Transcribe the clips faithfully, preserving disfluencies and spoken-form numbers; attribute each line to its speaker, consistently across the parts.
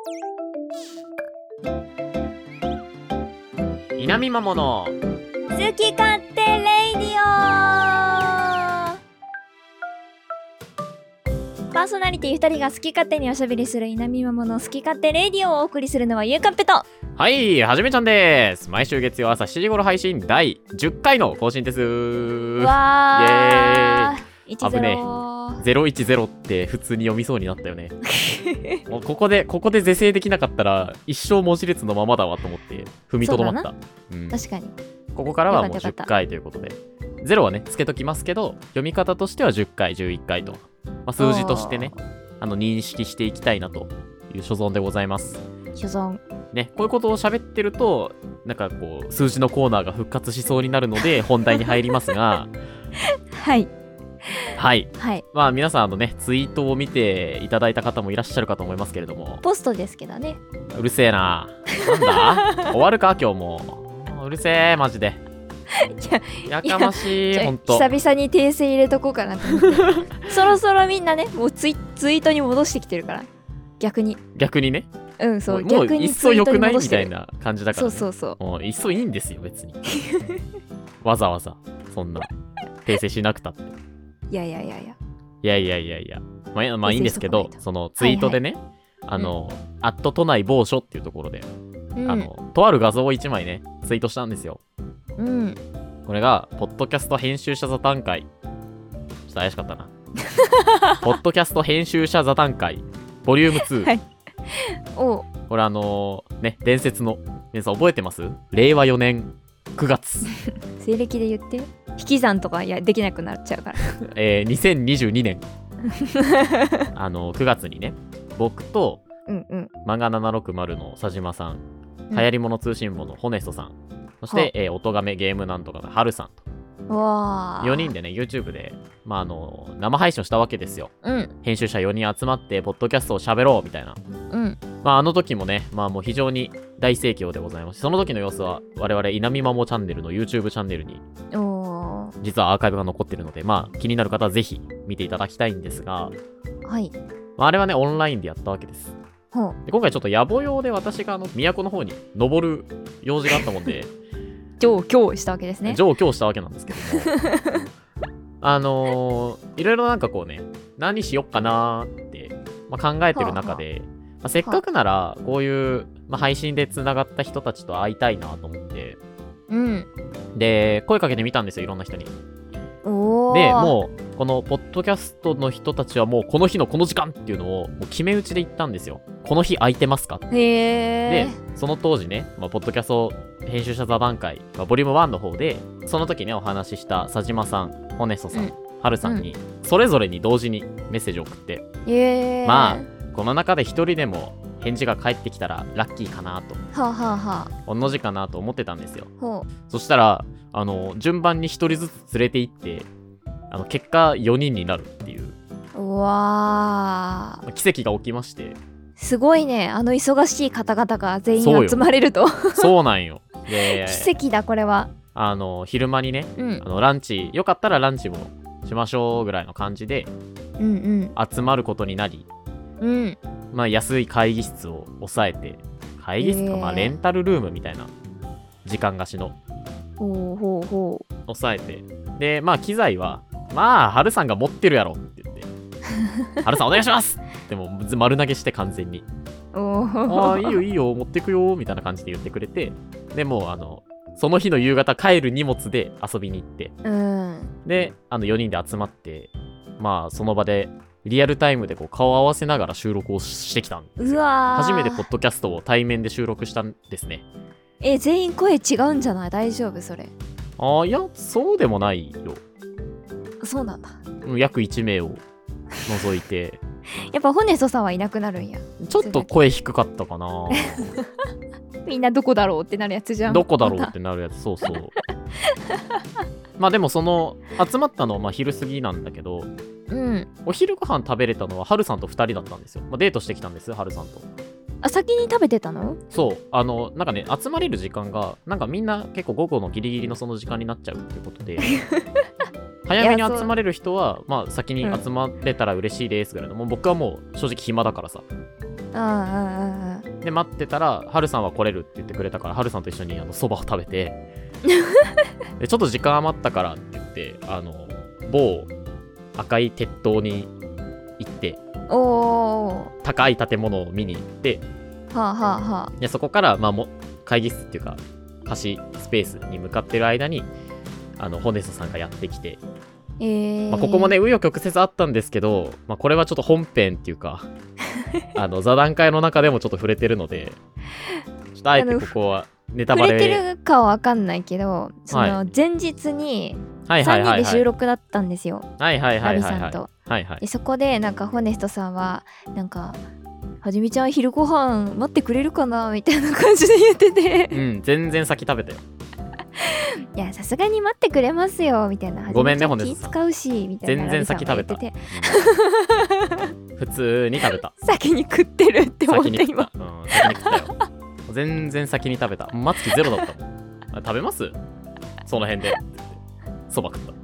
Speaker 1: 南マモの
Speaker 2: 好き勝手レイディオ。パーソナリティふたりが好き勝手におしゃべりする南マモの好き勝手レイディオをお送りするのはゆうかっぺと。
Speaker 1: はい、はじめちゃんです。毎週月曜朝しちじ頃配信だいじゅっかいの更新です。
Speaker 2: わー、
Speaker 1: イエーイ。危ねえ。ゼロいちゼロって普通に読みそうになったよね。もうここでここで是正できなかったら一生文字列のままだわと思って踏みとどまった。うん、確
Speaker 2: かに。
Speaker 1: ここからはもうじゅっかいということで、ゼロはねつけときますけど、読み方としてはじゅっかいじゅういっかいと、まあ、数字としてねあの認識していきたいなという所存でございます。
Speaker 2: 所存
Speaker 1: ね、こういうことを喋ってるとなんかこう数字のコーナーが復活しそうになるので本題に入りますが
Speaker 2: はい
Speaker 1: はい、
Speaker 2: はい、
Speaker 1: まあ皆さんあのねツイートを見ていただいた方もいらっしゃるかと思いますけれども、
Speaker 2: ポストですけどね。
Speaker 1: うるせえな。なんだ終わるか今日も。うるせえマジで。やかましい。ほんと
Speaker 2: 久々に訂正入れとこうかなと思ってそろそろみんなねもうツイ、ツイートに戻してきてるから。逆に
Speaker 1: 逆にね、
Speaker 2: うんそう、
Speaker 1: もう
Speaker 2: 逆に
Speaker 1: いっそ良くないみたいな感じだからね。
Speaker 2: そうそうそう、
Speaker 1: もういっそいいんですよ別にわざわざそんな訂正しなくたって。
Speaker 2: いやいやいやいや
Speaker 1: いやいやいやいやまあ、まあいいんですけど、そのツイートでね、はいはい、あの、うん、アット都内某所っていうところで、うん、あのとある画像をいちまいねツイートしたんですよ。
Speaker 2: うん、
Speaker 1: これがポッドキャスト編集者座談会、ちょっと怪しかったなポッドキャスト編集者座談会ボリュームツー、はい、
Speaker 2: お
Speaker 1: これあのー、ね伝説の皆さん覚えてます？れいわよねんくがつ
Speaker 2: 西暦で言って引き算とかいやできなくなっちゃうから
Speaker 1: えー、にせんにじゅうにねんあのくがつにね僕と、
Speaker 2: うんうん、
Speaker 1: 漫画ななろくまるの佐島さん、うん、流行り物通信簿のホネストさん、そして、えー、音亀ゲームなんとかのハルさんと
Speaker 2: わ
Speaker 1: よにんでね YouTube で、まあ、あの生配信をしたわけですよ、
Speaker 2: うん、
Speaker 1: 編集者よにん集まってポッドキャストを喋ろうみたいな、
Speaker 2: うん、
Speaker 1: まああの時もね、まあもう非常に大盛況でございます。その時の様子は我々稲見まもチャンネルの YouTube チャンネルに実はアーカイブが残ってるので、まあ気になる方はぜひ見ていただきたいんですが、
Speaker 2: はい、
Speaker 1: まあ、あれはねオンラインでやったわけです。
Speaker 2: ほう
Speaker 1: で今回ちょっと野暮用で私があの都の方に登る用事があったもんで
Speaker 2: 上京したわけですね。
Speaker 1: 上京したわけなんですけどもあのー、いろいろなんかこうね何しよっかなーって、まあ、考えてる中で、はあはあまあ、せっかくならこういう、まあ、配信でつながった人たちと会いたいなと思って、
Speaker 2: うん、
Speaker 1: で声かけてみたんですよ、いろんな人に。
Speaker 2: お
Speaker 1: でもうこのポッドキャストの人たちはもうこの日のこの時間っていうのをもう決め打ちで言ったんですよ。この日空いてますかって。
Speaker 2: へ
Speaker 1: でその当時ね、まあ、ポッドキャスト編集者座談会、まあ、ボリュームワンの方でその時ねお話しした佐島さん、ホネストさん、うん、ハルさんにそれぞれに同時にメッセージを送って、
Speaker 2: へ
Speaker 1: まあこの中で一人でも返事が返ってきたらラッキーかなと、
Speaker 2: はあはあはあ、
Speaker 1: 同じかなと思ってたんですよ。
Speaker 2: ほう
Speaker 1: そしたらあの順番に一人ずつ連れて行ってあの結果よにんになるっていう、
Speaker 2: うわー、
Speaker 1: 奇跡が起きまして。
Speaker 2: すごいね、あの忙しい方々が全員集まれると。
Speaker 1: そうそうなんよ。で
Speaker 2: 奇跡だこれは。
Speaker 1: あの昼間にね、
Speaker 2: うん、
Speaker 1: あのランチよかったらランチもしましょうぐらいの感じで、
Speaker 2: うんうん、
Speaker 1: 集まることになり、
Speaker 2: うん、
Speaker 1: まあ安い会議室を抑えて、会議室か、まあレンタルルームみたいな時間貸しの
Speaker 2: ほうほうほう
Speaker 1: 抑えて、でまあ機材はまあハルさんが持ってるやろって言ってハルさんお願いしますでも丸投げして完全にああいいよいいよ持ってくよみたいな感じで言ってくれて、でもあのその日の夕方帰る荷物で遊びに行って、
Speaker 2: うん、
Speaker 1: であのよにんで集まって、まあその場でリアルタイムでこう顔を合わせながら収録をしてきたんですよ。
Speaker 2: うわ
Speaker 1: 初めてポッドキャストを対面で収録したんですね。
Speaker 2: え全員声違うんじゃない？大丈夫それ？
Speaker 1: ああいやそうでもないよ。
Speaker 2: そうなんだ。
Speaker 1: 約いちめいを除いて
Speaker 2: やっぱホネストさんはいなくなるんや。
Speaker 1: ちょっと声低かったかな
Speaker 2: みんなどこだろうってなるやつじゃん。
Speaker 1: どこだろうってなるやつそうそうまあでもその集まったのはまあ昼過ぎなんだけど、
Speaker 2: うん、
Speaker 1: お昼ご飯食べれたのはハルさんとふたりだったんですよ、まあ、デートしてきたんですハルさんと。
Speaker 2: あ先に食べてたの？
Speaker 1: そうあのなんかね集まれる時間がなんかみんな結構午後のギリギリのその時間になっちゃうっていうことで早めに集まれる人はまあ先に集まれたら嬉しいですぐらいの、もう僕はもう正直暇だからさ。
Speaker 2: ああああ
Speaker 1: で待ってたらハルさんは来れるって言ってくれたから、ハルさんと一緒にあのそばを食べてでちょっと時間余ったからって言ってあの某赤い鉄塔に行って、
Speaker 2: おー、
Speaker 1: 高い建物を見に行って、
Speaker 2: はあはあはあ、
Speaker 1: でそこからまあも会議室っていうか貸しスペースに向かってる間にあのホネストさんがやってきて、
Speaker 2: えー
Speaker 1: まあ、ここもね紆余曲折あったんですけど、まあ、これはちょっと本編っていうかあの座談会の中でもちょっと触れてるので、ちょっとあえてここはネタバレ
Speaker 2: 触れてるかは分かんないけど、その前日にさんにんで収録だったんですよ、
Speaker 1: はいはいはいはいはい
Speaker 2: ラビさんと。
Speaker 1: はいはい、
Speaker 2: でそこでなんかホネストさんはなんかはじめちゃん昼ご飯待ってくれるかなみたいな感じで言ってて
Speaker 1: うん全然先食べたよ。
Speaker 2: いやさすがに待ってくれますよみたいな。
Speaker 1: ごめんね
Speaker 2: はじめちゃん気使うしみたいな。
Speaker 1: 全然先食べた。
Speaker 2: てて
Speaker 1: 普通に食べた。
Speaker 2: 先に食ってるって思って今。
Speaker 1: うん、先に食ったよ。全然先に食べた。待つ気ゼロだったもん。あ食べますその辺で。そば食った。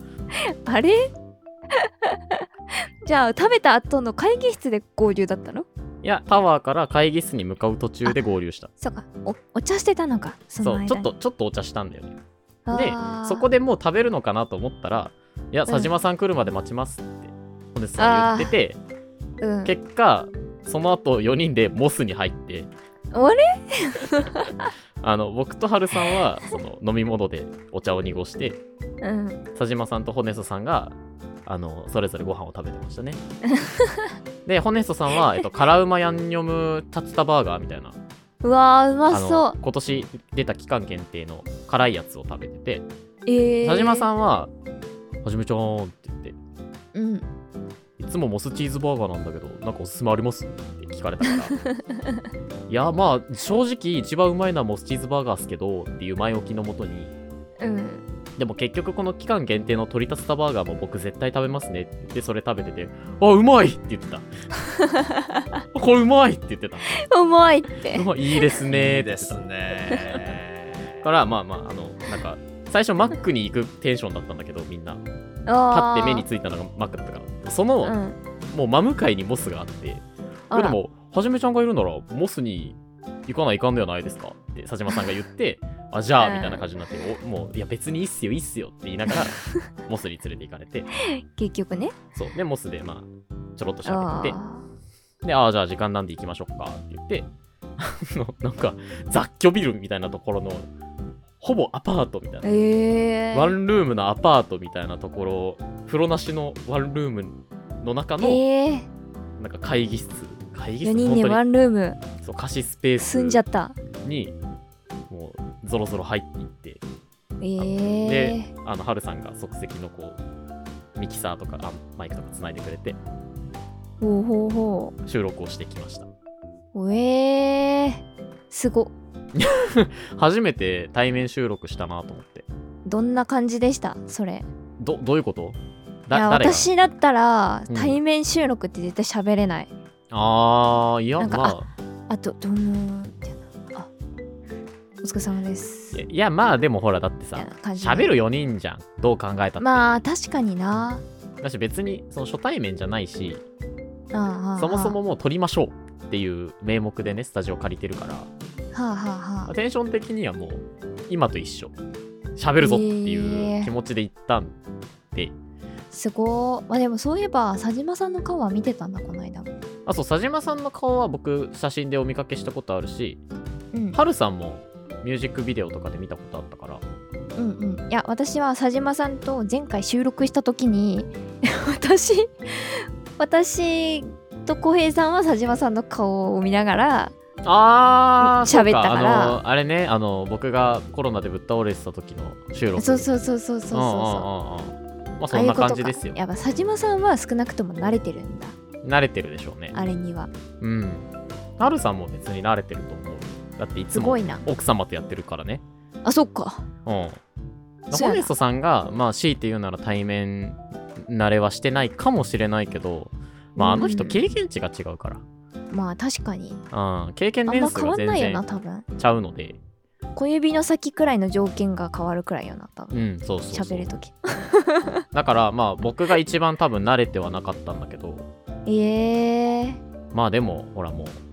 Speaker 2: あれじゃあ食べた後の会議室で合流だったの？
Speaker 1: いやタワーから会議室に向かう途中で合流した。
Speaker 2: そうか お, お茶してたのか。その間に
Speaker 1: そうちょっとちょっとお茶したんだよね。で
Speaker 2: あー
Speaker 1: そこでもう食べるのかなと思ったら、いや佐島さん来るまで待ちますってホネスさん言ってて、
Speaker 2: うん、
Speaker 1: 結果その後よにんでモスに入って、
Speaker 2: あれ
Speaker 1: あの僕とハルさんはその飲み物でお茶を濁して、
Speaker 2: うん、
Speaker 1: 佐島さんとホネストさんがあのそれぞれご飯を食べてましたね。でホネストさんは、えっと、辛うまヤンニョムタツタバーガーみたいな、
Speaker 2: うわーうま
Speaker 1: あ
Speaker 2: そ
Speaker 1: の今年出た期間限定の辛いやつを食べてて、
Speaker 2: う。えー、
Speaker 1: 佐島さんは「はじめちゃん」って言って
Speaker 2: うん
Speaker 1: 「いつもモスチーズバーガーなんだけどなんかおすすめあります?」って聞かれたからいやまあ正直一番うまいのはモスチーズバーガーっすけどっていう前置きのもとに、
Speaker 2: うん
Speaker 1: でも結局この期間限定の鶏タツタバーガーも僕絶対食べますねって言ってそれ食べてて、あうまいって言ってたこれうまいって言ってた。
Speaker 2: うまいって
Speaker 1: うまいいいですねーって言って
Speaker 3: ですね
Speaker 1: たからまあまああのなんか最初マックに行くテンションだったんだけどみんなパ
Speaker 2: あ
Speaker 1: ッて目についたのがマックだったからその、
Speaker 2: うん、
Speaker 1: もう真向かいにモスがあって
Speaker 2: あら
Speaker 1: でもはじめちゃんがいるならモスに行かないかんではないですかって佐島さんが言ってあじゃあみたいな感じになっておもういや別にいいっすよいいっすよって言いながらモスに連れて行かれて
Speaker 2: 結局ね。
Speaker 1: そうでモスでまあちょろっと喋
Speaker 2: あ
Speaker 1: ってでああじゃあ時間なんで行きましょうかって言ってあのなんか雑居ビルみたいなところのほぼアパートみたいな、
Speaker 2: えー、
Speaker 1: ワンルームのアパートみたいなところ風呂なしのワンルームの中の、
Speaker 2: えー、
Speaker 1: なんか会議室会議室
Speaker 2: よにんにワンルーム
Speaker 1: そう貸しスペース
Speaker 2: 住んじゃった。
Speaker 1: にもうゾロゾロ入っていって、
Speaker 2: えー、
Speaker 1: であのハルさんが即席のこうミキサーとかあマイクとかつないでくれて
Speaker 2: ほうほうほ
Speaker 1: 収録をしてきました。
Speaker 2: う。えー、すご。
Speaker 1: 初めて対面収録したなと思って。
Speaker 2: どんな感じでしたそれ？
Speaker 1: どどういうことだ
Speaker 2: いや
Speaker 1: 誰が
Speaker 2: 私だったら
Speaker 1: うん
Speaker 2: 対面収録って絶対喋れない。
Speaker 1: あーいや
Speaker 2: なんか
Speaker 1: まあ
Speaker 2: あとどうもみたいな、あお疲れ様です
Speaker 1: いやいやまあでもほらだって
Speaker 2: みた
Speaker 1: さ
Speaker 2: いな感じで
Speaker 1: 喋るよにんじゃんどう考えたって、
Speaker 2: まあ確かにな。
Speaker 1: だし別にその初対面じゃないし
Speaker 2: ああはあ
Speaker 1: そもそももう撮りましょうっていう名目でねスタジオ借りてるから
Speaker 2: はあはあはあ
Speaker 1: テンション的にはもう今と一緒喋るぞっていう気持ちで行ったんで、
Speaker 2: すごー。まあでもそういえば佐島さんの顔は見てたんだこの間も。
Speaker 1: あそう佐島さんの顔は僕写真でお見かけしたことあるし
Speaker 2: うん
Speaker 1: ハルさんもミュージックビデオとかで見たことあったから
Speaker 2: うんうん。いや私は佐島さんと前回収録した時に私私と小平さんは佐島さんの顔を見ながら
Speaker 1: あー
Speaker 2: 喋ったから
Speaker 1: そうあのあれねあの僕がコロナでぶっ倒れてた時の収録
Speaker 2: そうそうそうそうそうそうそう。
Speaker 1: うんうんうんうんまあそんな感じですよ。
Speaker 2: やっぱ佐島さんは少なくとも慣れてるんだ
Speaker 1: 慣れてるでしょうね。
Speaker 2: あれには。
Speaker 1: うんハルさんも別に慣れてると思う。だっていつも
Speaker 2: すごいな。
Speaker 1: 奥様とやってるからね。
Speaker 2: あそっか。
Speaker 1: うん
Speaker 2: そうやな
Speaker 1: ホネストさんがまあ強いて言うなら対面慣れはしてないかもしれないけどまああの人
Speaker 2: うん
Speaker 1: 経験値が違うから、
Speaker 2: まあ確かに
Speaker 1: うん、経験
Speaker 2: あんま
Speaker 1: 年数が全
Speaker 2: 変わんないよな
Speaker 1: 然
Speaker 2: 多分。
Speaker 1: ちゃうので
Speaker 2: 小指の先くらいの条件が変わるくらいよな多
Speaker 1: う
Speaker 2: 分。
Speaker 1: んそうそうそう
Speaker 2: 喋るとき。
Speaker 1: だからまあ僕が一番多分慣れてはなかったんだけど
Speaker 2: ええー、
Speaker 1: まあでもほらもう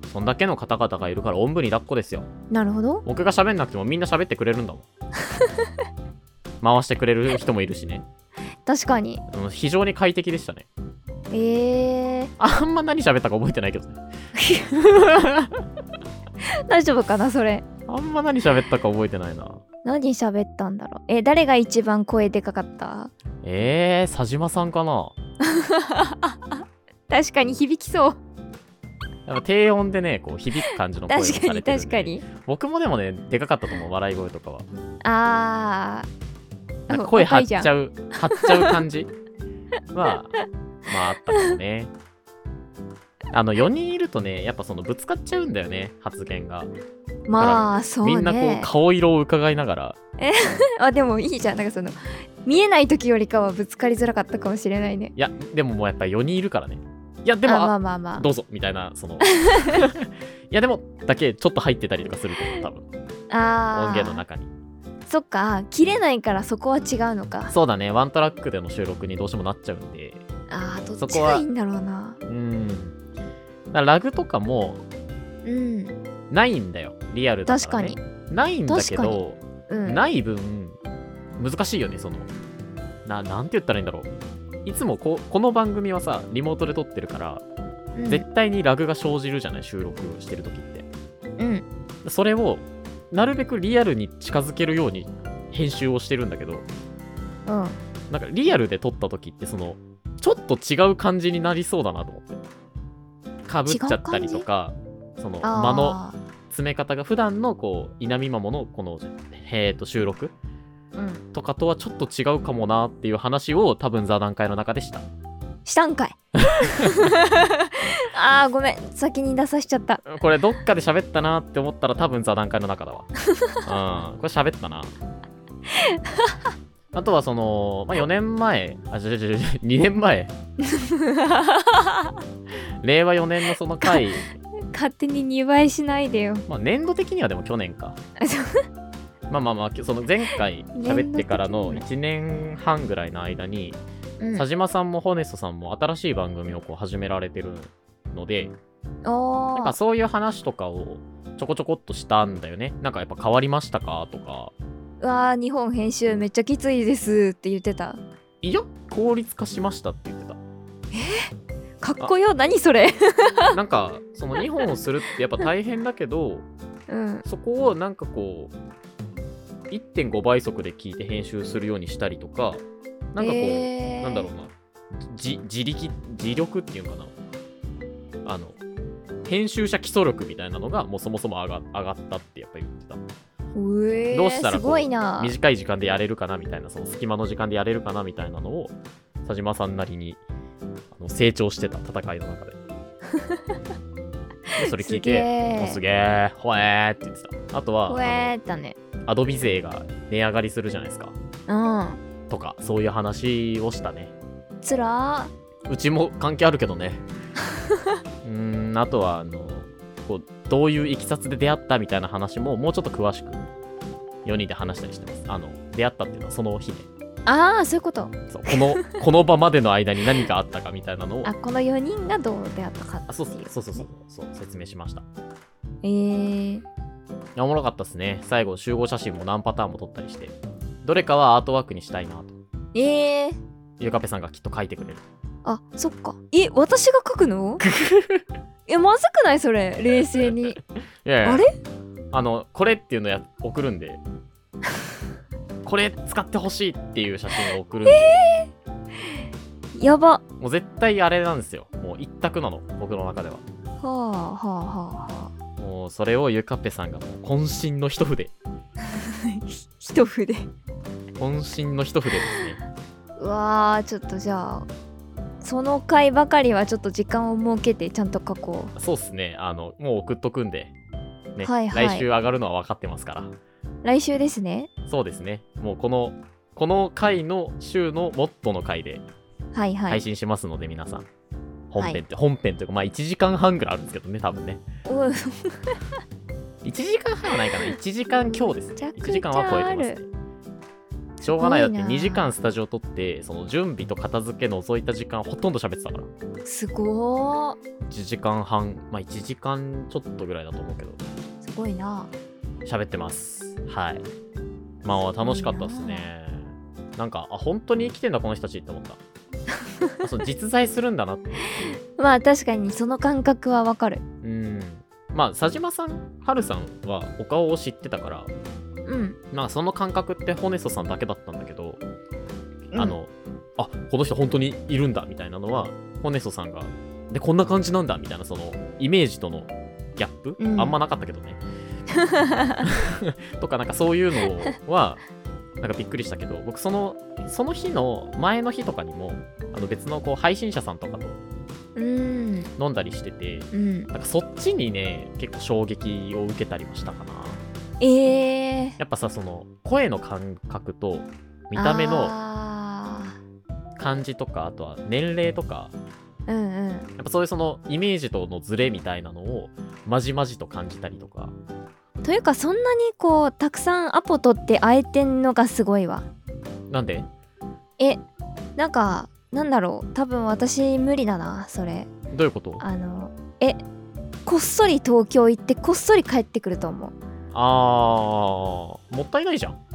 Speaker 1: そんだけの方々がいるからおんぶに抱っこですよ。
Speaker 2: なるほど。
Speaker 1: 僕が喋んなくてもみんな喋ってくれるんだもん。回してくれる人もいるしね。
Speaker 2: 確かに。
Speaker 1: うん、非常に快適でしたね。
Speaker 2: えー、
Speaker 1: あんま何喋ったか覚えてないけどね。
Speaker 2: 大丈夫かなそれ。
Speaker 1: あんま何喋ったか覚えてないな。
Speaker 2: 何喋ったんだろう。え、誰が一番声でかかった？
Speaker 1: えー、佐島さんかな。
Speaker 2: 確かに響きそう。
Speaker 1: やっぱ低音でね、こう響く感じの声をされてるんで。
Speaker 2: 確かに確かに。
Speaker 1: 僕もでもね、でかかったと思う、笑い声とかは。
Speaker 2: あー。
Speaker 1: なんか声張っちゃう、張っちゃう感じは、まああったかもね。あの、よにんいるとね、やっぱそのぶつかっちゃうんだよね、発言が。
Speaker 2: まあ、そうね。
Speaker 1: みんなこう、顔色を伺いながら。
Speaker 2: えあ、でもいいじゃん。なんかその、見えない時よりかはぶつかりづらかったかもしれないね。
Speaker 1: いや、でももうやっぱよにんいるからね。いや、でも、
Speaker 2: あまあまあまあ、
Speaker 1: どうぞ、みたいな、その。いや、でも、だけちょっと入ってたりとかすると思う、多分。
Speaker 2: あ
Speaker 1: 音源の中に。
Speaker 2: そっか、切れないからそこは違うのか。
Speaker 1: そうだね、ワントラックでの収録にどうしてもなっちゃうんで。
Speaker 2: ああ、どっちがいいんだろうな。
Speaker 1: うん。だからラグとかも、
Speaker 2: うん。
Speaker 1: ないんだよ、リアルだから、ね。
Speaker 2: 確か
Speaker 1: に。ないんだけど、
Speaker 2: うん、
Speaker 1: ない分、難しいよね、その。な、なんて言ったらいいんだろう。いつもここの番組はさ、リモートで撮ってるから、うん、絶対にラグが生じるじゃない、収録してる時って。
Speaker 2: うん。
Speaker 1: それを、なるべくリアルに近づけるように編集をしてるんだけど、
Speaker 2: うん。
Speaker 1: なんかリアルで撮った時って、その、ちょっと違う感じになりそうだなと思って。かぶっちゃったりとか、その、間の詰め方が普段のこう、稲見マモのこの、えーと、収録、うん、とかとはちょっと違うかもなっていう話を多分座談会の中でした。
Speaker 2: したんかい。あーごめん、先に出さしちゃった。
Speaker 1: これどっかで喋ったなって思ったら多分座談会の中だわ。うん、これ喋ったな。あとはその、まあ、よねんまえ、あ、じゃじゃじゃにねんまえ。れいわよねんのその回。
Speaker 2: 勝手ににばいしないでよ。
Speaker 1: まあ年度的にはでも去年か。まあまあまあ、その前回喋ってからのいちねんはんぐらいの間に、うん、佐島さんもホネストさんも新しい番組をこう始められてるので、なんかそういう話とかをちょこちょこっとしたんだよね。なんかやっぱ変わりましたかとか。
Speaker 2: うわー、日本編集めっちゃきついですって言ってた。
Speaker 1: いや、効率化しましたって言ってた。
Speaker 2: えー、かっこよ、何それ。
Speaker 1: なんかそのにほんをするってやっぱ大変だけど、うん、そこをなんかこういってんごばい速で聞いて編集するようにしたりとか、なんかこう、えー、なんだろうな、じ自力、自力っていうのかな、あの、編集者基礎力みたいなのがもうそもそも上が、上がったってやっぱり言ってた。
Speaker 2: えー、
Speaker 1: どうしたらこう
Speaker 2: すごいな、
Speaker 1: 短い時間でやれるかなみたいな、その隙間の時間でやれるかなみたいなのを、佐島さんなりにあの成長してた戦いの中で。でそれ聞いて、もうすげえ、ほえーって言ってた。あとは、
Speaker 2: ほえーだね。
Speaker 1: アドビ勢が値上がりするじゃないですか。
Speaker 2: うん。
Speaker 1: とか、そういう話をしたね。
Speaker 2: つら
Speaker 1: ー。うちも関係あるけどね。うーん、あとは、あの、こう、どういういきさつで出会ったみたいな話も、もうちょっと詳しく、よにんで話したりしてます。あの、出会ったっていうのはその日で。
Speaker 2: ああ、そういうこと。
Speaker 1: そう、この、この場までの間に何があったかみたいなのを。
Speaker 2: あ、このよにんがどう出会ったかっていう、ね。あ、
Speaker 1: そうそうそうそうそう、そう、説明しました。
Speaker 2: えー。
Speaker 1: おもろかったっすね。最後、集合写真も何パターンも撮ったりして。どれかはアートワークにしたいなと。
Speaker 2: ええー。
Speaker 1: ゆかぺさんがきっと書いてくれる。
Speaker 2: あ、そっか。え、私が書くの？え、まずくないそれ、冷静に。い
Speaker 1: やいや、
Speaker 2: あれ？
Speaker 1: あの、これっていうのや送るんで。これ使ってほしいっていう写真を送るんで。
Speaker 2: えー、やば。
Speaker 1: もう絶対あれなんですよ。もう一択なの、僕の中では。
Speaker 2: はあはあはあは
Speaker 1: あ。もうそれをゆかぺさんが渾身の一筆。
Speaker 2: 一筆。
Speaker 1: 渾身の一筆ですね。
Speaker 2: うわー、ちょっとじゃあその回ばかりはちょっと時間を設けてちゃんと書こ
Speaker 1: う。そうっすね。あのもう送っとくんで、ね、
Speaker 2: はいはい、
Speaker 1: 来週上がるのは分かってますから。
Speaker 2: 来週ですね。
Speaker 1: そうですね。もうこのこの回の週のモットの回で配信しますので、はいはい、皆さん本編って、はい、本編というかまあいちじかんはんぐらいあるんですけどね、多分ね。いちじかんはんはないかな。いちじかん強ですね。いちじかんは超えてますね。 しょうがない。だって
Speaker 2: すごいな
Speaker 1: にじかんスタジオ撮ってその準備と片付け除いた時間ほとんど喋ってたから
Speaker 2: すごー。
Speaker 1: いちじかんはん、まあいちじかんちょっとぐらいだと思うけど
Speaker 2: すごいな。
Speaker 1: 喋ってます。はい。まあ楽しかったですね。なんかあ本当に生きてんだこの人たちって思ったあそう実在するんだなって。
Speaker 2: まあ確かにその感覚はわかる。
Speaker 1: うん。まあ佐島さん、はるさんはお顔を知ってたから
Speaker 2: うん。
Speaker 1: まあその感覚ってホネストさんだけだったんだけど、
Speaker 2: うん
Speaker 1: あのあこの人本当にいるんだみたいなのはホネストさんがでこんな感じなんだみたいなそのイメージとのギャップ、
Speaker 2: うん
Speaker 1: あんまなかったけどねとかなんかそういうのはなんかびっくりしたけど、僕そのその日の前の日とかにもあの別のこう配信者さんとかと
Speaker 2: うん
Speaker 1: 飲んだりしてて、
Speaker 2: うん。
Speaker 1: なんかそっちにね結構衝撃を受けたりもしたかな。
Speaker 2: えー、
Speaker 1: やっぱさその声の感覚と見た目の
Speaker 2: あ
Speaker 1: 感じとかあとは年齢とか
Speaker 2: ーうんうん。
Speaker 1: やっぱそういうそのイメージとのズレみたいなのをまじまじと感じたりとか。
Speaker 2: というかそんなにこうたくさんアポ取って会えてんのがすごいわ。
Speaker 1: なんで
Speaker 2: えなんかなんだろう、多分私無理だなそれ。
Speaker 1: どういうこと？
Speaker 2: あのえこっそり東京行ってこっそり帰ってくると思う。
Speaker 1: あーもったいないじゃん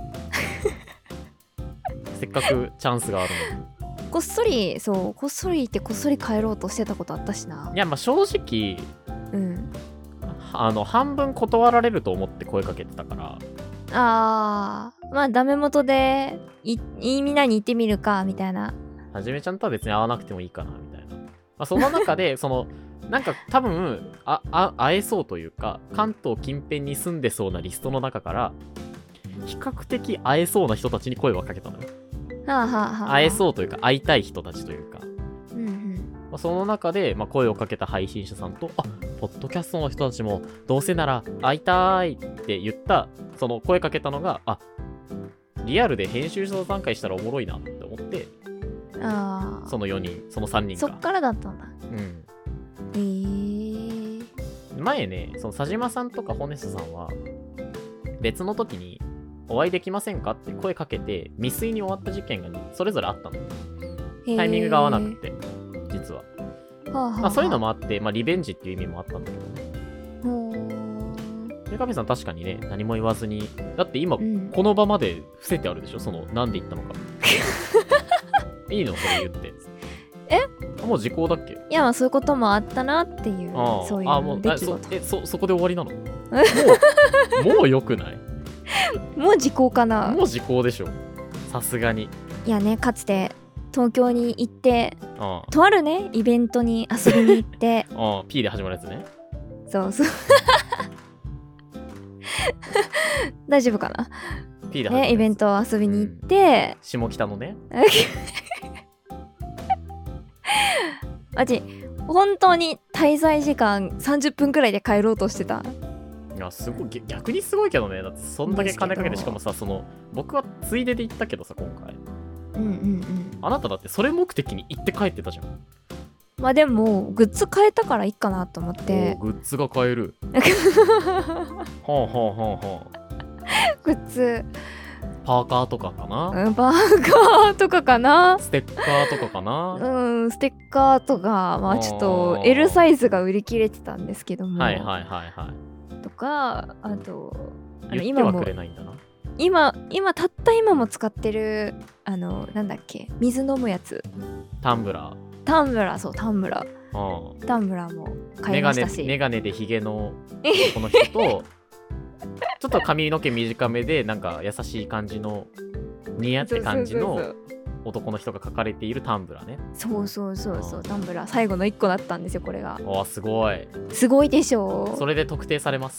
Speaker 1: せっかくチャンスがあるのに。
Speaker 2: こっそりそうこっそり行ってこっそり帰ろうとしてたことあったしな。
Speaker 1: いやまあ正直
Speaker 2: うん
Speaker 1: あの半分断られると思って声かけてたから。
Speaker 2: あーまあダメ元でいいみんなに行ってみるかみたいな。
Speaker 1: はじめちゃんとは別に会わなくてもいいかなみたいな、まあ、その中でそのなんか多分ああ会えそうというか関東近辺に住んでそうなリストの中から比較的会えそうな人たちに声をかけたのよ。
Speaker 2: はあはあはあ、
Speaker 1: 会えそうというか会いたい人たちというか、
Speaker 2: うんうん
Speaker 1: まあ、その中で、まあ、声をかけた配信者さんとあポッドキャストの人たちもどうせなら会いたいって言ったその声かけたのがあリアルで編集者段階したらおもろいなって思って
Speaker 2: ああ
Speaker 1: そのよにんそのさんにんか
Speaker 2: そっからだったんだ。
Speaker 1: うん
Speaker 2: えー、
Speaker 1: 前ねその佐島さんとかホネストさんは別の時にお会いできませんかって声かけて未遂に終わった事件がそれぞれあったの。タイミングが合わなくて実は、
Speaker 2: はあはあはあ
Speaker 1: まあ、そういうのもあって、まあ、リベンジっていう意味もあったんだけどね。
Speaker 2: ほー
Speaker 1: 三上さん確かにね何も言わずにだって今、
Speaker 2: うん
Speaker 1: この場まで伏せてあるでしょそのなんで言ったのかいいのそれ言って
Speaker 2: え
Speaker 1: あもう時効だっけ？
Speaker 2: いやまあそういうこともあったなっていう
Speaker 1: ああ
Speaker 2: そうい
Speaker 1: あもうあそ
Speaker 2: う出来事。
Speaker 1: えそそこで終わりなの？もうもう良くない？
Speaker 2: もう時効かな。
Speaker 1: もう時効でしょさすがに。
Speaker 2: いやねかつて東京に行って
Speaker 1: あ
Speaker 2: とあるねイベントに遊びに行って
Speaker 1: あああ P で始まるやつね。
Speaker 2: そうそう大丈夫かな
Speaker 1: P で始まるやつ
Speaker 2: ねイベントを遊びに行って、
Speaker 1: 下北のね。
Speaker 2: マジ本当に滞在時間さんじゅっぷんくらいで帰ろうとしてた。
Speaker 1: いやすごい逆逆にすごいけどね。だってそんだけ金かけて
Speaker 2: ですけど
Speaker 1: しかもさその僕はついでで行ったけどさ今回
Speaker 2: うんうんうん
Speaker 1: あなただってそれ目的に行って帰ってたじゃん。
Speaker 2: まあでもグッズ買えたからいいかなと思って
Speaker 1: おーグッズが買える。はあはあはあはあ。
Speaker 2: グッズ
Speaker 1: パーカーとかかな、
Speaker 2: うんバーガーとかかな
Speaker 1: ステッカーとかかな、
Speaker 2: うんステッカーとかまあちょっと
Speaker 1: あー
Speaker 2: L サイズが売り切れてたんですけども、
Speaker 1: はいはいはいはい。
Speaker 2: とかあとあの
Speaker 1: 言って
Speaker 2: 今も
Speaker 1: はくれないんだな。
Speaker 2: 今今たった今も使ってるあのなんだっけ水飲むやつ
Speaker 1: タンブラー。
Speaker 2: タンブラーそうタンブラ
Speaker 1: うん
Speaker 2: ータンブラーも買
Speaker 1: メガネ
Speaker 2: いましたし
Speaker 1: メガネでヒゲのこの人とちょっと髪の毛短めでなんか優しい感じの似合って感じの
Speaker 2: そうそうそう
Speaker 1: 男の人が描かれているタンブラーね。
Speaker 2: そうそうそうそう
Speaker 1: うん
Speaker 2: タンブラー最後のいっこだったんですよこれが。
Speaker 1: おーすごい。
Speaker 2: すごいでしょ
Speaker 1: それで特定されます。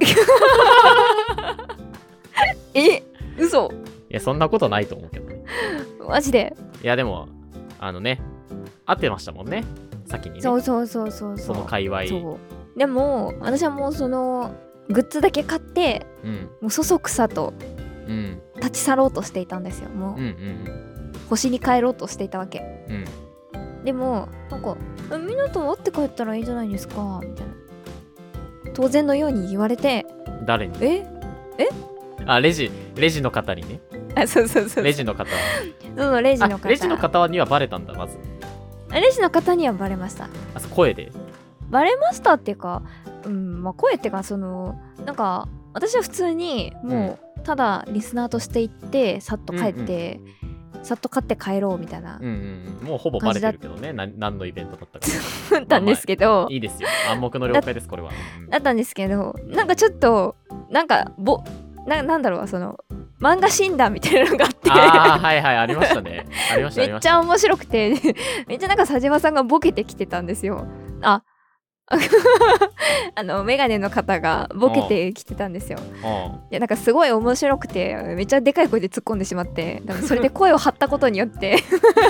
Speaker 2: え嘘
Speaker 1: いやそんなことないと思うけどね。
Speaker 2: マジで
Speaker 1: いやでもあのね合ってましたもんね先にね。
Speaker 2: そうそうそうそう
Speaker 1: その界隈。
Speaker 2: そうでも私はもうそのグッズだけ買って
Speaker 1: うん
Speaker 2: もうそそくさと
Speaker 1: うん
Speaker 2: 立ち去ろうとしていたんですよ。も
Speaker 1: うんう
Speaker 2: うん星に帰ろうとしていたわけ。
Speaker 1: うん
Speaker 2: でもなんか「みんなと会って帰ったらいいじゃないですか」みたいな当然のように言われて
Speaker 1: 誰に？
Speaker 2: え
Speaker 1: あレジレジの方にね。
Speaker 2: あ、そうそうそう。
Speaker 1: レジの方。
Speaker 2: そうそう、レジの方。
Speaker 1: レジの方にはバレたんだ、まず。
Speaker 2: レジの方にはバレました。
Speaker 1: あ、声で。
Speaker 2: バレましたっていうか、うん、まあ声っていうか、そのなんか私は普通にもうただリスナーとして行ってさっと帰って、うんうん、さっと買って帰ろうみたいな、
Speaker 1: うんうん、もうほぼバレてるけどね、な何のイベントだったか
Speaker 2: だったんですけど、まあまあ、
Speaker 1: いいですよ、暗黙の了解ですこれは、
Speaker 2: うん、だったんですけど、なんかちょっとなんかぼ な, なんだろうその漫画診断みたいなのがあって
Speaker 1: ああはいはいありましたねありました
Speaker 2: めっちゃ面白くてめっちゃなんか佐島さんがボケてきてたんですよ。ああのメガネの方がボケてきてたんですよ。でなんかすごい面白くてめっちゃでかい声で突っ込んでしまって、多分それで声を張ったことによって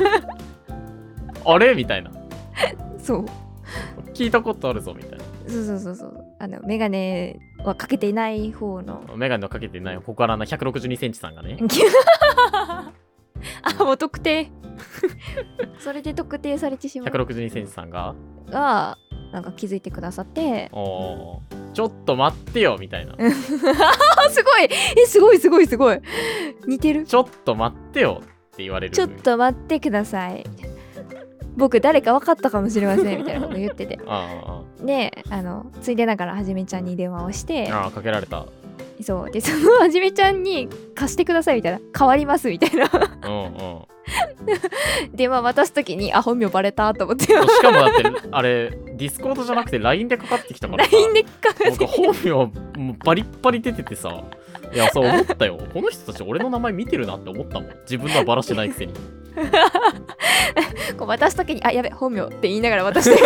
Speaker 1: あれみたいな
Speaker 2: そう
Speaker 1: 聞いたことあるぞみたいな。
Speaker 2: そうそうそうそう、あのメガネはかけていない方の
Speaker 1: メガネをかけていない小柄なひゃくろくじゅうにセンチさんがね
Speaker 2: あもう特定それで特定されてしまう
Speaker 1: ひゃくろくじゅうにセンチさんが
Speaker 2: がなんか気づいてくださって、
Speaker 1: おちょっと待ってよみたいな
Speaker 2: すごいえすごいすごいすごい似てる。
Speaker 1: ちょっと待ってよって言われる。
Speaker 2: ちょっと待ってください僕誰か分かったかもしれませんみたいなこと言ってて
Speaker 1: ああ
Speaker 2: であのついでながらはじめちゃんに電話をして
Speaker 1: ああかけられた。
Speaker 2: そうでそのはじめちゃんに貸してくださいみたいな、変わりますみたいな
Speaker 1: うんうん
Speaker 2: 電話渡すときにあ本名バレたと思って
Speaker 1: しかもだってあれディスコードじゃなくて ライン でかかってきたからさ
Speaker 2: ライン でかかってきた
Speaker 1: 本名もうバリッバリ出ててさ、いやそう思ったよこの人たち俺の名前見てるなって思ったもん、自分のはバラしてないくせに
Speaker 2: こう渡すときにあやべ本名って言いながら渡して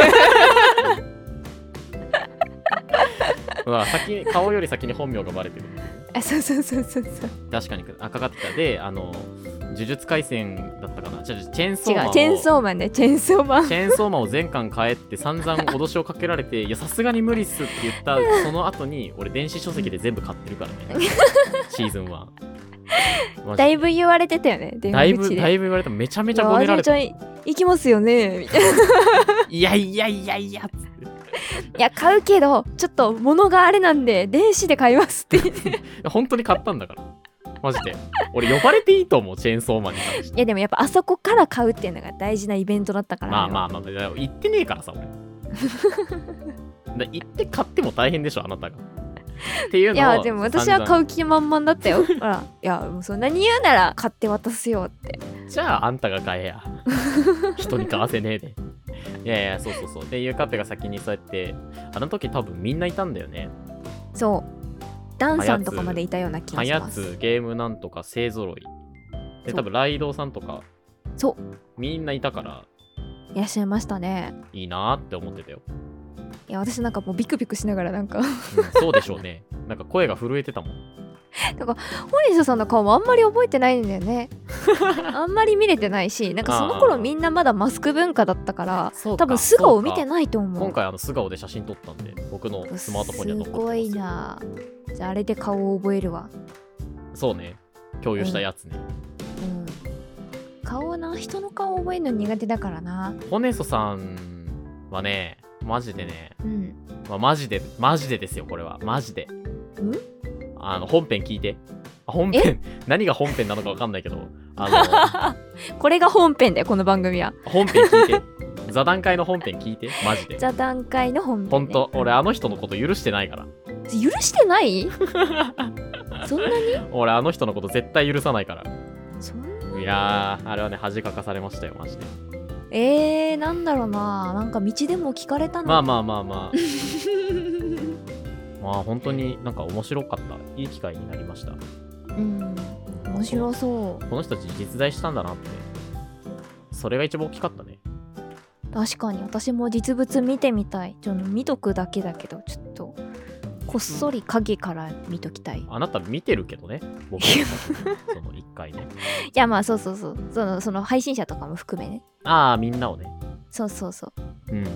Speaker 1: まあ先に顔より先に本名がバレてる。
Speaker 2: あそうそうそうそうそう
Speaker 1: 確かにあかかってた。であの呪術廻戦だったかな、チェーンソーマンを
Speaker 2: 違うチェーンソーマンねチェーンソーマン
Speaker 1: チェーンソーマンを全巻変えって散々脅しをかけられていやさすがに無理っすって言ったその後に俺電子書籍で全部買ってるからねシーズンワン
Speaker 2: だいぶ言われてたよね電
Speaker 1: だい
Speaker 2: 話口で。
Speaker 1: ぶだいぶ言われた。めちゃめちゃごねられた。
Speaker 2: い行きますよねみたいない
Speaker 1: やいやいやいやっつって
Speaker 2: いや買うけどちょっと物があれなんで電子で買いますって言って
Speaker 1: 本当に買ったんだからマジで俺呼ばれていいと思うチェーンソーマンに関して。
Speaker 2: いやでもやっぱあそこから買うっていうのが大事なイベントだったから。
Speaker 1: まあまあまあ行ってねえからさ俺だ行って買っても大変でしょあなたがっていうのを。
Speaker 2: いやでも私は買う気満々だったよほらいやもうそんなに言うなら買って渡すよって。
Speaker 1: じゃああんたが買えや人に買わせねえでいやいやそうそうそうっていうカペが先にそうやってあの時多分みんないたんだよね。
Speaker 2: そうダンさんとかまでいたような気がします。
Speaker 1: はやつゲームなんとか勢ぞろいで多分ライドウさんとか
Speaker 2: そう
Speaker 1: みんないたから
Speaker 2: いらっしゃいましたね。
Speaker 1: いいなーって思ってたよ。
Speaker 2: いや私なんかもうビクビクしながらなんか、うん、
Speaker 1: そうでしょうね。なんか声が震えてたもん。
Speaker 2: なんか堀下さんの顔もあんまり覚えてないんだよねあんまり見れてないし、なんかその頃みんなまだマスク文化だったから多分素顔見てないと思う。
Speaker 1: 今回あの素顔で写真撮ったんで僕のスマートフォンには残ってます。
Speaker 2: すごいな。じゃああれで顔を覚えるわ。
Speaker 1: そうね共有したやつね、
Speaker 2: うんうん、顔な人の顔覚えるの苦手だからな。
Speaker 1: ホネソさんはねマジでね、
Speaker 2: うん
Speaker 1: まあ、マジでマジでですよこれはマジで。
Speaker 2: ん
Speaker 1: あの本編聞いて。本編何が本編なのか分かんないけどあ
Speaker 2: のこれが本編だよこの番組は。
Speaker 1: 本編聞いて座談会の本編聞いてマジで。
Speaker 2: 座談会の本編、ね、
Speaker 1: ほんと俺あの人のこと許してないから。
Speaker 2: 許してないそんなに
Speaker 1: 俺あの人のこと絶対許さないから。
Speaker 2: そんなに。
Speaker 1: いやーあれはね恥かかされましたよマジで。
Speaker 2: えー、なんだろうな、なんか道でも聞かれたの。
Speaker 1: まあまあまあまあまあ本当になんか面白かったいい機会になりました。
Speaker 2: うん面白そう。
Speaker 1: この人たち実在したんだなって、それが一番大きかったね。
Speaker 2: 確かに私も実物見てみたい。ちょっと見とくだけだけどちょっとこっそり影から見ときたい、うん、
Speaker 1: あなた見てるけどね僕のそのいっかいね。
Speaker 2: いやまあそうそうそうそのその配信者とかも含めね。
Speaker 1: ああみんなをね。
Speaker 2: そうそうそう。
Speaker 1: うんうんうん。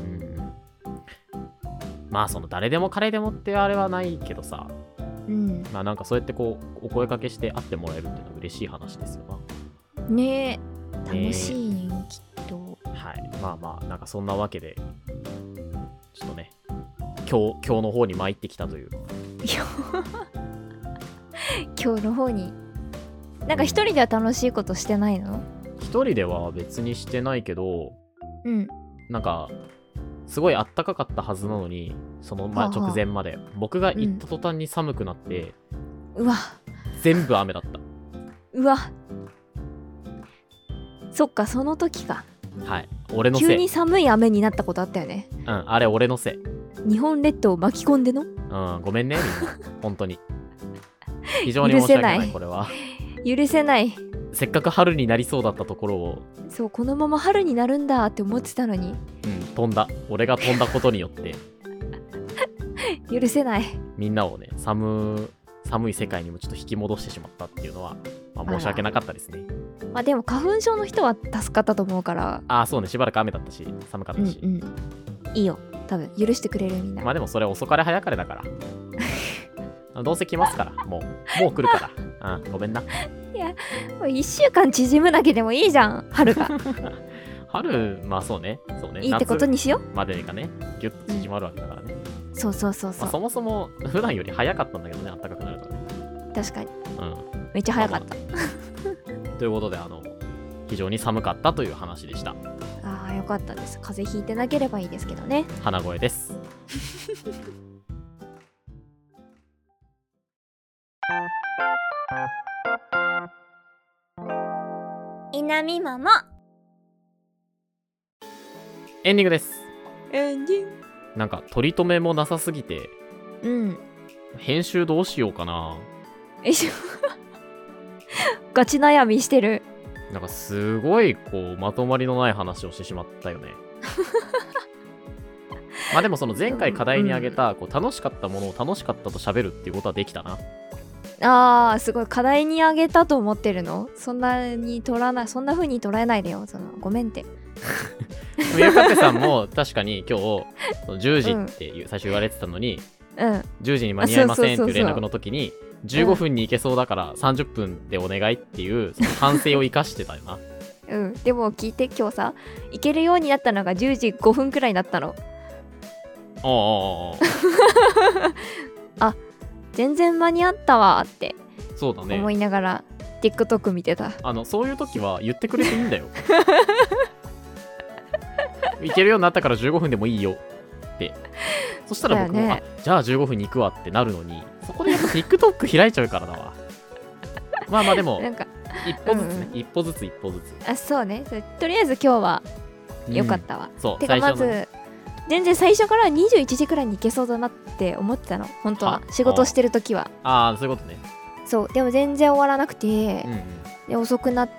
Speaker 1: まあその誰でも彼でもってあれはないけどさ、
Speaker 2: うん、
Speaker 1: まあなんかそうやってこうお声かけして会ってもらえるっていうのは嬉しい話ですよな。
Speaker 2: ねえ楽しいね、ねきっと。
Speaker 1: はいまあまあなんかそんなわけでちょっとね今日今日の方に参ってきたという。
Speaker 2: 今日の方になんか一人では楽しいことしてないの？
Speaker 1: 一人では別にしてないけど、
Speaker 2: うん。
Speaker 1: なんかすごいあったかかったはずなのに、その、まあ、
Speaker 2: はあはあ
Speaker 1: 直前まで僕が行った途端に寒くなって、
Speaker 2: うわ
Speaker 1: 全部雨だった。
Speaker 2: うわそっか、その時か。
Speaker 1: はい、俺のせい。
Speaker 2: 急に寒い雨になったことあったよね。
Speaker 1: うん、あれ俺のせい。
Speaker 2: 日本列島を巻き込んでの。
Speaker 1: うん、ごめんねみんな本当に非常に申し訳ない。これは
Speaker 2: 許せない。
Speaker 1: せっかく春になりそうだったところを、
Speaker 2: そう、このまま春になるんだって思ってたのに、
Speaker 1: うん、飛んだ。俺が飛んだことによって
Speaker 2: 許せない。
Speaker 1: みんなをね、寒寒い世界にもちょっと引き戻してしまったっていうのは、まあ、申し訳なかったですね。
Speaker 2: まあでも花粉症の人は助かったと思うから。
Speaker 1: ああ、そうね、しばらく雨だったし寒かったし、
Speaker 2: うんうん、いいよ、多分許してくれる、みんな。
Speaker 1: まあでもそれ遅かれ早かれだからどうせ来ますから、もうもう来るから、うん、ごめんな。
Speaker 2: いや、もういっしゅうかん縮むだけでもいいじゃん、春が
Speaker 1: 春、まあそうね、そうね、
Speaker 2: いいってことにしよ
Speaker 1: うまでがね、ギュッと縮まるわけだからね、
Speaker 2: うん、そうそうそうそう、
Speaker 1: まあ、そもそも普段より早かったんだけどね、暖かくなるとね。
Speaker 2: 確かに、
Speaker 1: うん、
Speaker 2: めっちゃ早かった、
Speaker 1: まあまあ、ということで、あの非常に寒かったという話でした。
Speaker 2: ああ、よかったです。風邪ひいてなければいいですけどね。
Speaker 1: 鼻声です
Speaker 2: いなみママ、
Speaker 1: エンディングです。
Speaker 2: エンディング。
Speaker 1: なんか取り留めもなさすぎて、
Speaker 2: うん、
Speaker 1: 編集どうしようかな。
Speaker 2: えしょガチ悩みしてる。
Speaker 1: なんかすごいこうまとまりのない話をしてしまったよねまあでもその前回課題に挙げた、こう楽しかったものを楽しかったと喋るっていうことはできたな。
Speaker 2: あー、すごい課題に挙げたと思ってるの？そんなに取らない、そんな風に捉えないでよ。そのごめんって。
Speaker 1: ゆうかっぺさんも確かに今日じゅうじっていう最初言われてたのに、
Speaker 2: うん、
Speaker 1: じゅうじに間に合いませんっていう連絡の時にじゅうごふんに行けそうだからさんじゅっぷんでお願いっていうその反省を生かしてたよな
Speaker 2: うん、でも聞いて、今日さ行けるようになったのがじゅうじごふんくらいになったの。
Speaker 1: おおお
Speaker 2: あ、全然間に合ったわって
Speaker 1: そうだね
Speaker 2: 思いながら TikTok 見てた。
Speaker 1: あのそういう時は言ってくれていいんだよ行けるようになったからじゅうごふんでもいいよって。そしたら僕も、ね、あ、じゃあじゅうごふんに行くわってなるのに、そこでやっぱ TikTok 開いちゃうからだわまあまあでも
Speaker 2: なんか
Speaker 1: 一歩ずつね、うん、一歩ずつ一歩ずつ。
Speaker 2: あ、そうね、そとりあえず今日は良かったわ、
Speaker 1: うん、そう
Speaker 2: てかまず全然最初からにじゅういちじくらいに行けそうだなって思ってたの、本当は。仕事してる時は。
Speaker 1: ああ、そういうことね。
Speaker 2: そう、でも全然終わらなくて、うんうん、で遅くなって、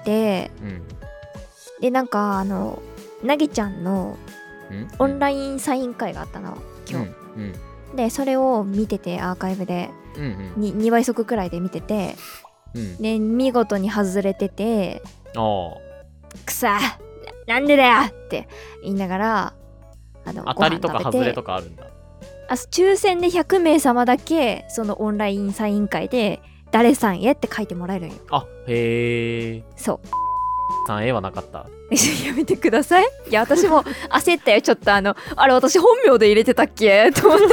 Speaker 2: うん、でなんかあのなぎちゃんのオンラインサイン会があったの今日、うんうん、でそれを見てて、アーカイブで、うんうん、に, にばい速くらいで見てて、うん、で見事に外れてて、くさなんでだよって言いながら、あの
Speaker 1: 当たりとか外れとかあるんだ。
Speaker 2: あ、抽選でひゃくめい様だけそのオンラインサイン会で誰さんへって書いてもらえるんよ。
Speaker 1: あ、へえ。
Speaker 2: そう
Speaker 1: さんへはなかった。
Speaker 2: やめてください。いや、私も焦ったよ、ちょっと。あのあれ、私本名で入れてたっけと思って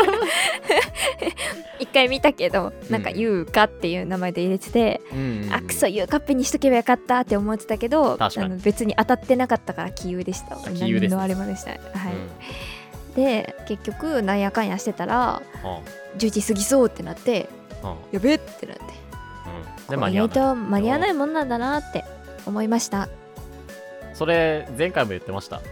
Speaker 2: 一回見たけど、なんかゆうかっていう名前で入れてて、うん、あ、くそ、ゆうかっぺにしとけばよかったって思ってたけど、あの別に当たってなかったから杞憂でした。
Speaker 1: 杞憂です、ね、
Speaker 2: 何のあれもでした、はい、うん、で結局なんやかんやしてたら、うん、じゅうじ過ぎそうってなって、うん、やべってなって、うん、で間に合わないと間に合わないもんなんだなって思いました。
Speaker 1: それ前回も言ってました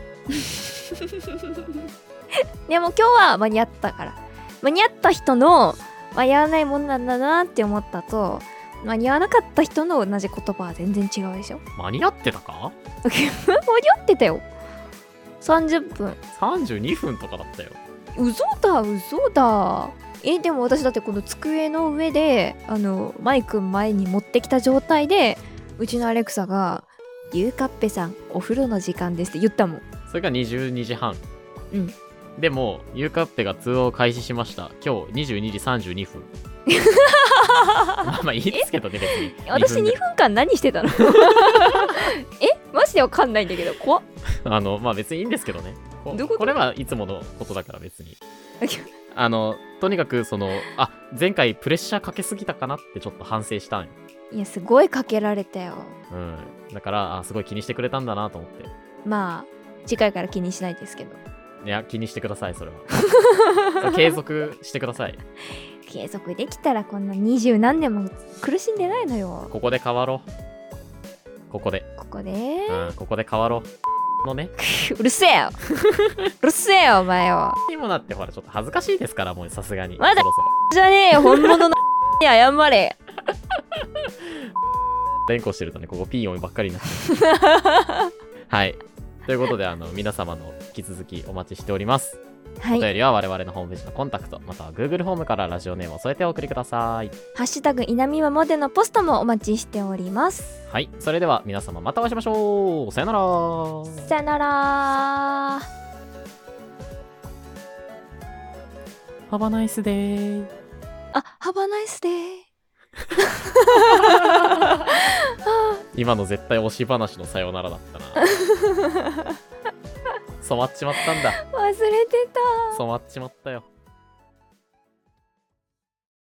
Speaker 2: でも今日は間に合ったから、間に合った人の間に合わないもんなんだなって思ったと、間に合わなかった人の同じ言葉は全然違うでしょ。
Speaker 1: 間に合ってたか
Speaker 2: 間に合ってたよ。さんじゅっぷん
Speaker 1: さんじゅうにふんとかだったよ。
Speaker 2: 嘘だ嘘だ。え、でも私だってこの机の上であのマイク前に持ってきた状態で、うちのアレクサがゆうかっぺさんお風呂の時間ですって言ったもん。
Speaker 1: それがにじゅうにじはん。
Speaker 2: うん。
Speaker 1: でもゆうかっぺが通話を開始しました。今日にじゅうにじさんじゅうにふんまあまあいいですけどね、別に。
Speaker 2: 私にふんかん何してたのえ、マジでわかんないんだけど、怖っ。
Speaker 1: あのまあ別にいいんですけどね。 こ,
Speaker 2: どういうこと？
Speaker 1: これはいつものことだから別にあのとにかくそのあ前回プレッシャーかけすぎたかなってちょっと反省したんよ。
Speaker 2: いやすごいかけられたよ。
Speaker 1: うんだからあすごい気にしてくれたんだなと思って。
Speaker 2: まあ次回から気にしないですけど。
Speaker 1: いや気にしてくださいそれは。それ継続してください。
Speaker 2: 継続できたらこんな二十何年も苦しんでないのよ。
Speaker 1: ここで変わろう。ここで
Speaker 2: ここで
Speaker 1: うんここで変わろうのね。
Speaker 2: うるせえようるせえよお前は。
Speaker 1: にもなってほらちょっと恥ずかしいですからもうさすがに。
Speaker 2: まだ
Speaker 1: そろそろ
Speaker 2: じゃねえよ本物のに謝れ。
Speaker 1: 連呼してるとねここピー音ばっかりになっちゃう。はいということであの皆様の引き続きお待ちしております。
Speaker 2: はい、
Speaker 1: お便りは我々のホームページのコンタクトまたは Google フォームからラジオネームを添えてお送りください。
Speaker 2: ハッシュタグいなみままでのポストもお待ちしております。
Speaker 1: はいそれでは皆様またお会いしましょう。さよなら。
Speaker 2: さよなら。
Speaker 1: Have a nice day。
Speaker 2: あ、Have a nice day。
Speaker 1: 今の絶対推し話のさよならだったな。染まっちまったんだ。
Speaker 2: 忘れてた。
Speaker 1: 染まっちまったよ。